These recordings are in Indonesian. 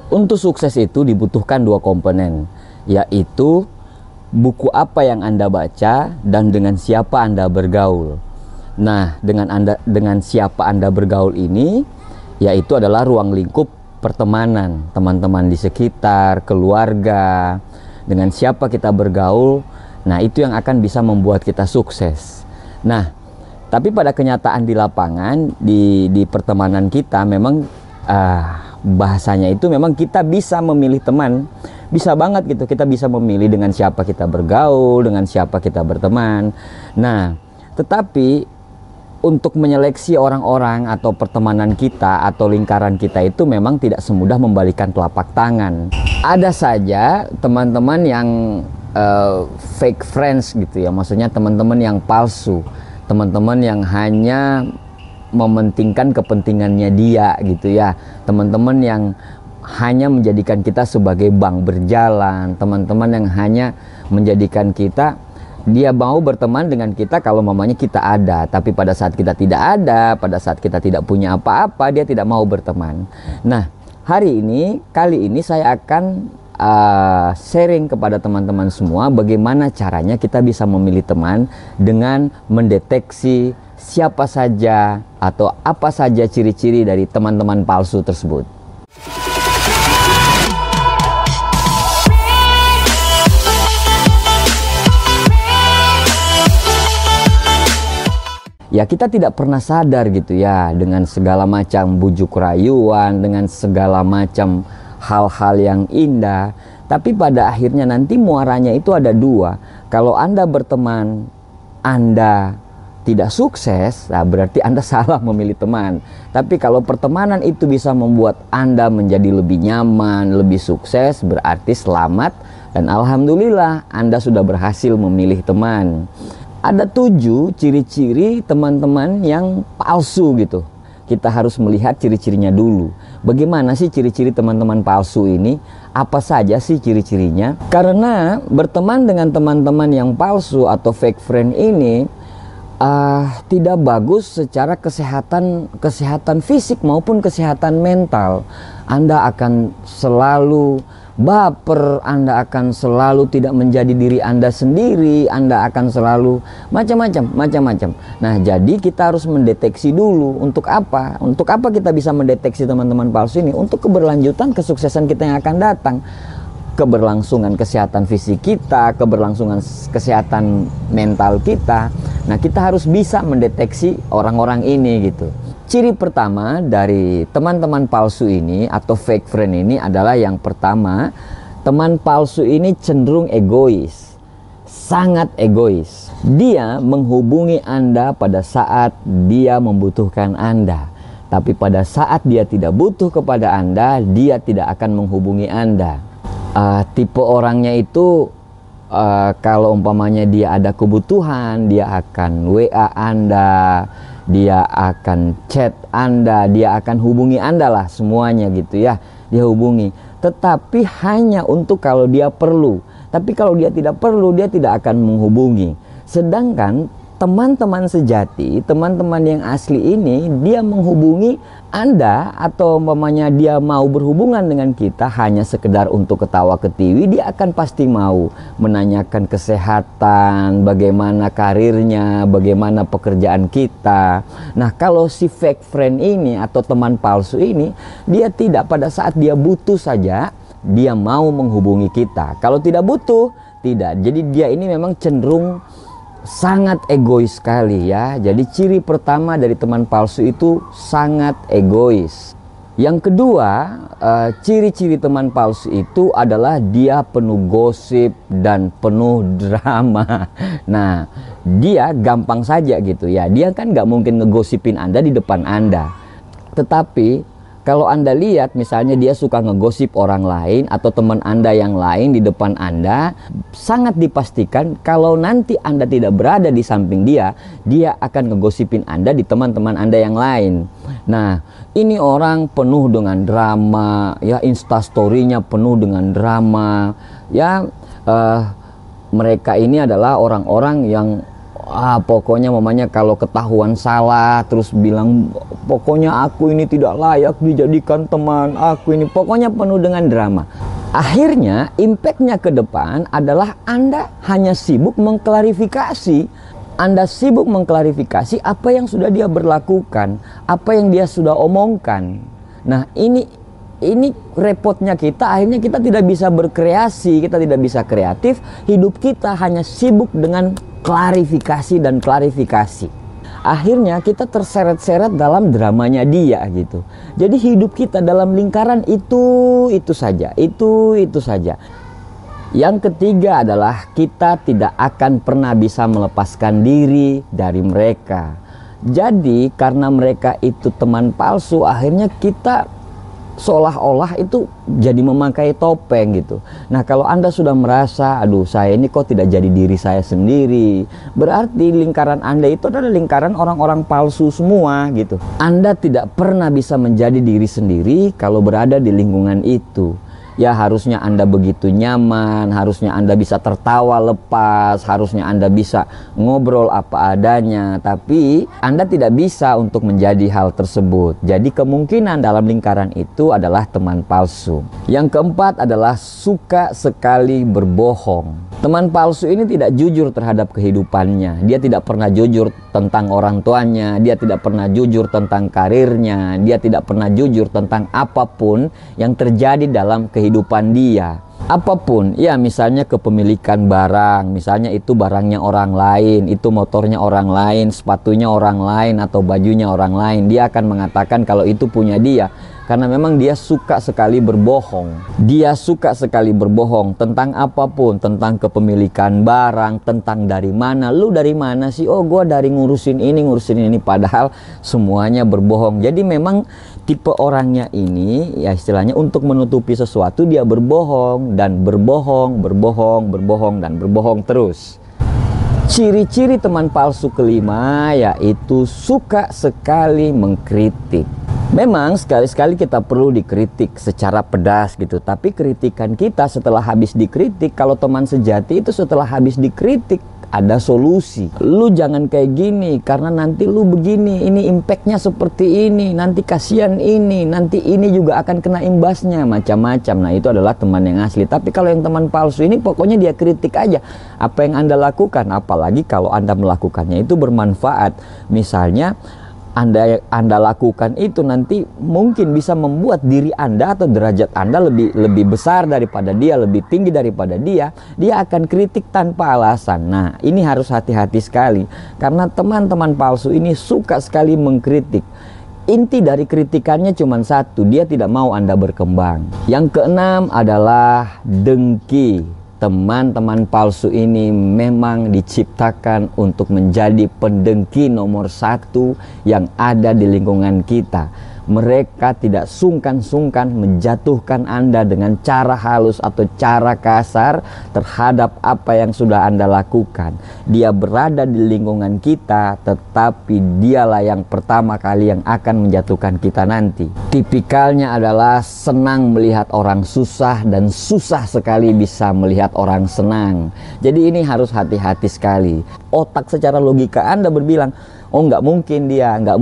Untuk sukses itu dibutuhkan dua komponen, yaitu buku apa yang Anda baca dan dengan siapa Anda bergaul. Nah, dengan siapa Anda bergaul ini, yaitu adalah ruang lingkup pertemanan, teman-teman di sekitar, keluarga, dengan siapa kita bergaul. Nah, itu yang akan bisa membuat kita sukses. Nah, tapi pada kenyataan di lapangan, di pertemanan kita memang bahasanya itu memang kita bisa memilih teman, bisa banget gitu, kita bisa memilih dengan siapa kita bergaul, dengan siapa kita berteman. Nah, tetapi untuk menyeleksi orang-orang atau pertemanan kita atau lingkaran kita itu memang tidak semudah membalikan telapak tangan. Ada saja teman-teman yang fake friends gitu ya, maksudnya teman-teman yang palsu, teman-teman yang hanya mementingkan kepentingannya dia gitu ya, teman-teman yang hanya menjadikan kita sebagai bank berjalan, teman-teman yang hanya menjadikan kita, dia mau berteman dengan kita kalau mamanya kita ada, tapi pada saat kita tidak ada, pada saat kita tidak punya apa-apa, dia tidak mau berteman. Nah, kali ini saya akan sharing kepada teman-teman semua bagaimana caranya kita bisa memilih teman dengan mendeteksi siapa saja atau apa saja ciri-ciri dari teman-teman palsu tersebut. Ya, kita tidak pernah sadar gitu ya, dengan segala macam bujuk rayuan, dengan segala macam hal-hal yang indah, tapi pada akhirnya nanti muaranya itu ada dua. Kalau Anda berteman, Anda tidak sukses, nah berarti Anda salah memilih teman. Tapi kalau pertemanan itu bisa membuat Anda menjadi lebih nyaman, lebih sukses, berarti selamat dan alhamdulillah Anda sudah berhasil memilih teman. Ada 7 ciri-ciri teman-teman yang palsu gitu. Kita harus melihat ciri-cirinya dulu. Bagaimana sih ciri-ciri teman-teman palsu ini? Apa saja sih ciri-cirinya? Karena berteman dengan teman-teman yang palsu atau fake friend ini tidak bagus secara kesehatan fisik maupun kesehatan mental. Anda akan selalu baper, Anda akan selalu tidak menjadi diri Anda sendiri, Anda akan selalu macam-macam. Nah, jadi kita harus mendeteksi dulu. Untuk apa? Untuk apa kita bisa mendeteksi teman-teman palsu ini? Untuk keberlanjutan kesuksesan kita yang akan datang. Keberlangsungan kesehatan fisik kita, keberlangsungan kesehatan mental kita. Nah, kita harus bisa mendeteksi orang-orang ini gitu. Ciri pertama dari teman-teman palsu ini atau fake friend ini adalah yang pertama, teman palsu ini cenderung egois, sangat egois. Dia menghubungi Anda pada saat dia membutuhkan Anda, tapi pada saat dia tidak butuh kepada Anda, dia tidak akan menghubungi Anda. Tipe orangnya itu kalau umpamanya dia ada kebutuhan, dia akan WA Anda, dia akan chat Anda, dia akan hubungi Anda lah semuanya gitu ya, dia hubungi. Tetapi hanya untuk kalau dia perlu. Tapi kalau dia tidak perlu, dia tidak akan menghubungi. Sedangkan teman-teman sejati, teman-teman yang asli ini, dia menghubungi Anda atau umpamanya dia mau berhubungan dengan kita hanya sekedar untuk ketawa ketiwi, dia akan pasti mau menanyakan kesehatan, bagaimana karirnya, bagaimana pekerjaan kita. Nah, kalau si fake friend ini atau teman palsu ini, dia tidak, pada saat dia butuh saja, dia mau menghubungi kita. Kalau tidak butuh, tidak. Jadi dia ini memang cenderung sangat egois sekali ya. Jadi ciri pertama dari teman palsu itu sangat egois. Yang kedua, ciri-ciri teman palsu itu adalah dia penuh gosip dan penuh drama. Nah, dia gampang saja gitu ya. Dia kan nggak mungkin ngegosipin Anda di depan Anda. Tetapi kalau Anda lihat misalnya dia suka ngegosip orang lain atau teman Anda yang lain di depan Anda, sangat dipastikan kalau nanti Anda tidak berada di samping dia, dia akan ngegosipin Anda di teman-teman Anda yang lain. Nah, ini orang penuh dengan drama, ya, instastory-nya penuh dengan drama, ya. Mereka ini adalah orang-orang yang pokoknya mamanya kalau ketahuan salah terus bilang pokoknya aku ini tidak layak dijadikan teman, aku ini pokoknya penuh dengan drama. Akhirnya impactnya ke depan adalah Anda hanya sibuk mengklarifikasi. Anda sibuk mengklarifikasi apa yang sudah dia berlakukan, apa yang dia sudah omongkan. Nah, ini repotnya kita, akhirnya kita tidak bisa berkreasi, kita tidak bisa kreatif, hidup kita hanya sibuk dengan klarifikasi dan klarifikasi. Akhirnya kita terseret-seret dalam dramanya dia gitu. Jadi hidup kita dalam lingkaran itu saja. Yang ketiga adalah kita tidak akan pernah bisa melepaskan diri dari mereka. Jadi karena mereka itu teman palsu, akhirnya kita seolah-olah itu jadi memakai topeng gitu. Nah, kalau Anda sudah merasa, aduh saya ini kok tidak jadi diri saya sendiri, berarti lingkaran Anda itu adalah lingkaran orang-orang palsu semua gitu. Anda tidak pernah bisa menjadi diri sendiri kalau berada di lingkungan itu. Ya harusnya Anda begitu nyaman, harusnya Anda bisa tertawa lepas, harusnya Anda bisa ngobrol apa adanya. Tapi Anda tidak bisa untuk menjadi hal tersebut. Jadi kemungkinan dalam lingkaran itu adalah teman palsu. Yang keempat adalah suka sekali berbohong. Teman palsu ini tidak jujur terhadap kehidupannya. Dia tidak pernah jujur tentang orang tuanya, dia tidak pernah jujur tentang karirnya, dia tidak pernah jujur tentang apapun yang terjadi dalam kehidupan dia. Apapun, ya misalnya kepemilikan barang, misalnya itu barangnya orang lain, itu motornya orang lain, sepatunya orang lain, atau bajunya orang lain, dia akan mengatakan kalau itu punya dia. Karena memang dia suka sekali berbohong. Dia suka sekali berbohong tentang apapun, tentang kepemilikan barang, tentang dari mana. Lu dari mana sih? Oh, gua dari ngurusin ini. Padahal semuanya berbohong. Jadi memang tipe orangnya ini, ya istilahnya untuk menutupi sesuatu dia berbohong dan berbohong dan berbohong terus. Ciri-ciri teman palsu kelima yaitu suka sekali mengkritik. Memang sekali-sekali kita perlu dikritik secara pedas gitu. Tapi kritikan kita setelah habis dikritik, kalau teman sejati itu setelah habis dikritik ada solusi. Lu jangan kayak gini karena nanti lu begini, ini impactnya seperti ini, nanti kasihan ini, nanti ini juga akan kena imbasnya, macam-macam. Nah itu adalah teman yang asli. Tapi kalau yang teman palsu ini pokoknya dia kritik aja apa yang Anda lakukan. Apalagi kalau Anda melakukannya itu bermanfaat. Misalnya Anda lakukan itu nanti mungkin bisa membuat diri Anda atau derajat Anda lebih besar daripada dia, lebih tinggi daripada dia akan kritik tanpa alasan. Nah, ini harus hati-hati sekali karena teman-teman palsu ini suka sekali mengkritik. Inti dari kritikannya cuma satu, dia tidak mau Anda berkembang. Yang keenam adalah dengki. Teman-teman palsu ini memang diciptakan untuk menjadi pendengki nomor satu yang ada di lingkungan kita. Mereka tidak sungkan-sungkan menjatuhkan Anda dengan cara halus atau cara kasar terhadap apa yang sudah Anda lakukan. Dia berada di lingkungan kita, tetapi dialah yang pertama kali yang akan menjatuhkan kita nanti. Tipikalnya adalah senang melihat orang susah dan susah sekali bisa melihat orang senang. Jadi ini harus hati-hati sekali. Otak secara logika Anda berbilang, oh nggak mungkin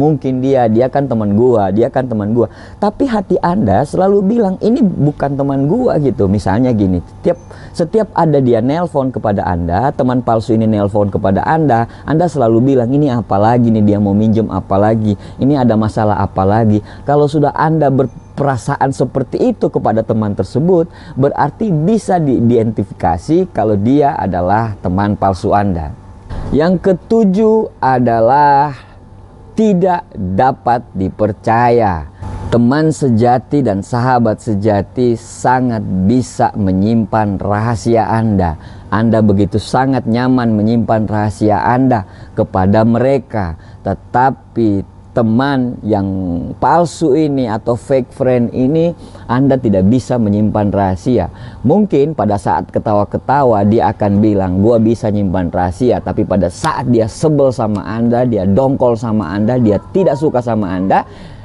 dia kan teman gua, tapi hati Anda selalu bilang ini bukan teman gua gitu. Misalnya gini, setiap ada dia nelpon kepada Anda, teman palsu ini nelpon kepada Anda selalu bilang ini apa lagi nih, dia mau minjem apa lagi, ini ada masalah apa lagi. Kalau sudah Anda perasaan seperti itu kepada teman tersebut, berarti bisa diidentifikasi kalau dia adalah teman palsu Anda. Yang ketujuh adalah tidak dapat dipercaya. Teman sejati dan sahabat sejati sangat bisa menyimpan rahasia Anda. Anda begitu sangat nyaman menyimpan rahasia Anda kepada mereka. Tetapi teman yang palsu ini atau fake friend ini, Anda tidak bisa menyimpan rahasia. Mungkin pada saat ketawa-ketawa dia akan bilang gua bisa nyimpan rahasia, tapi pada saat dia sebel sama Anda, dia dongkol sama Anda, dia tidak suka sama Anda,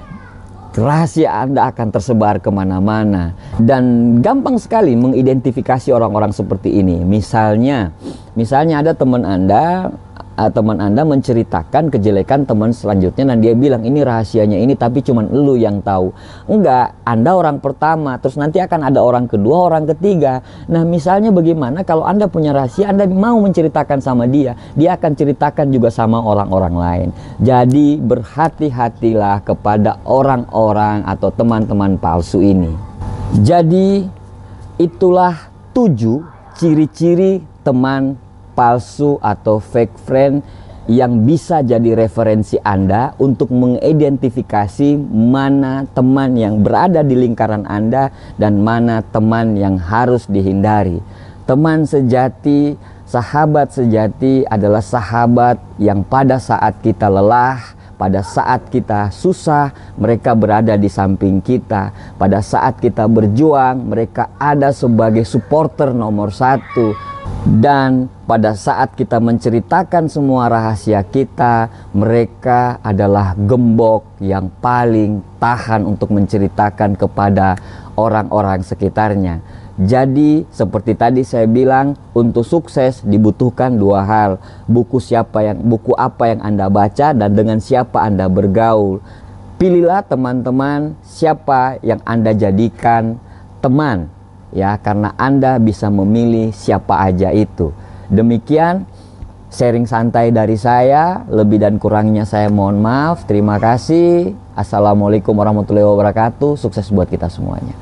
rahasia Anda akan tersebar kemana-mana. Dan gampang sekali mengidentifikasi orang-orang seperti ini. Misalnya ada teman Anda teman Anda menceritakan kejelekan teman selanjutnya dan dia bilang ini rahasianya ini tapi cuman elu yang tahu. Enggak, Anda orang pertama, terus nanti akan ada orang kedua, orang ketiga. Nah, misalnya bagaimana kalau Anda punya rahasia, Anda mau menceritakan sama dia, dia akan ceritakan juga sama orang-orang lain. Jadi berhati-hatilah kepada orang-orang atau teman-teman palsu ini. Jadi itulah 7 ciri-ciri teman palsu atau fake friend yang bisa jadi referensi Anda untuk mengidentifikasi mana teman yang berada di lingkaran Anda dan mana teman yang harus dihindari. Teman sejati, sahabat sejati adalah sahabat yang pada saat kita lelah, pada saat kita susah, mereka berada di samping kita. Pada saat kita berjuang, mereka ada sebagai supporter nomor 1. Dan pada saat kita menceritakan semua rahasia kita, mereka adalah gembok yang paling tahan untuk menceritakan kepada orang-orang sekitarnya. Jadi seperti tadi saya bilang, untuk sukses dibutuhkan 2 hal. Buku apa yang Anda baca dan dengan siapa Anda bergaul. Pilihlah teman-teman siapa yang Anda jadikan teman, ya, karena Anda bisa memilih siapa aja itu. Demikian sharing santai dari saya, lebih dan kurangnya saya mohon maaf. Terima kasih. Assalamualaikum warahmatullahi wabarakatuh. Sukses buat kita semuanya.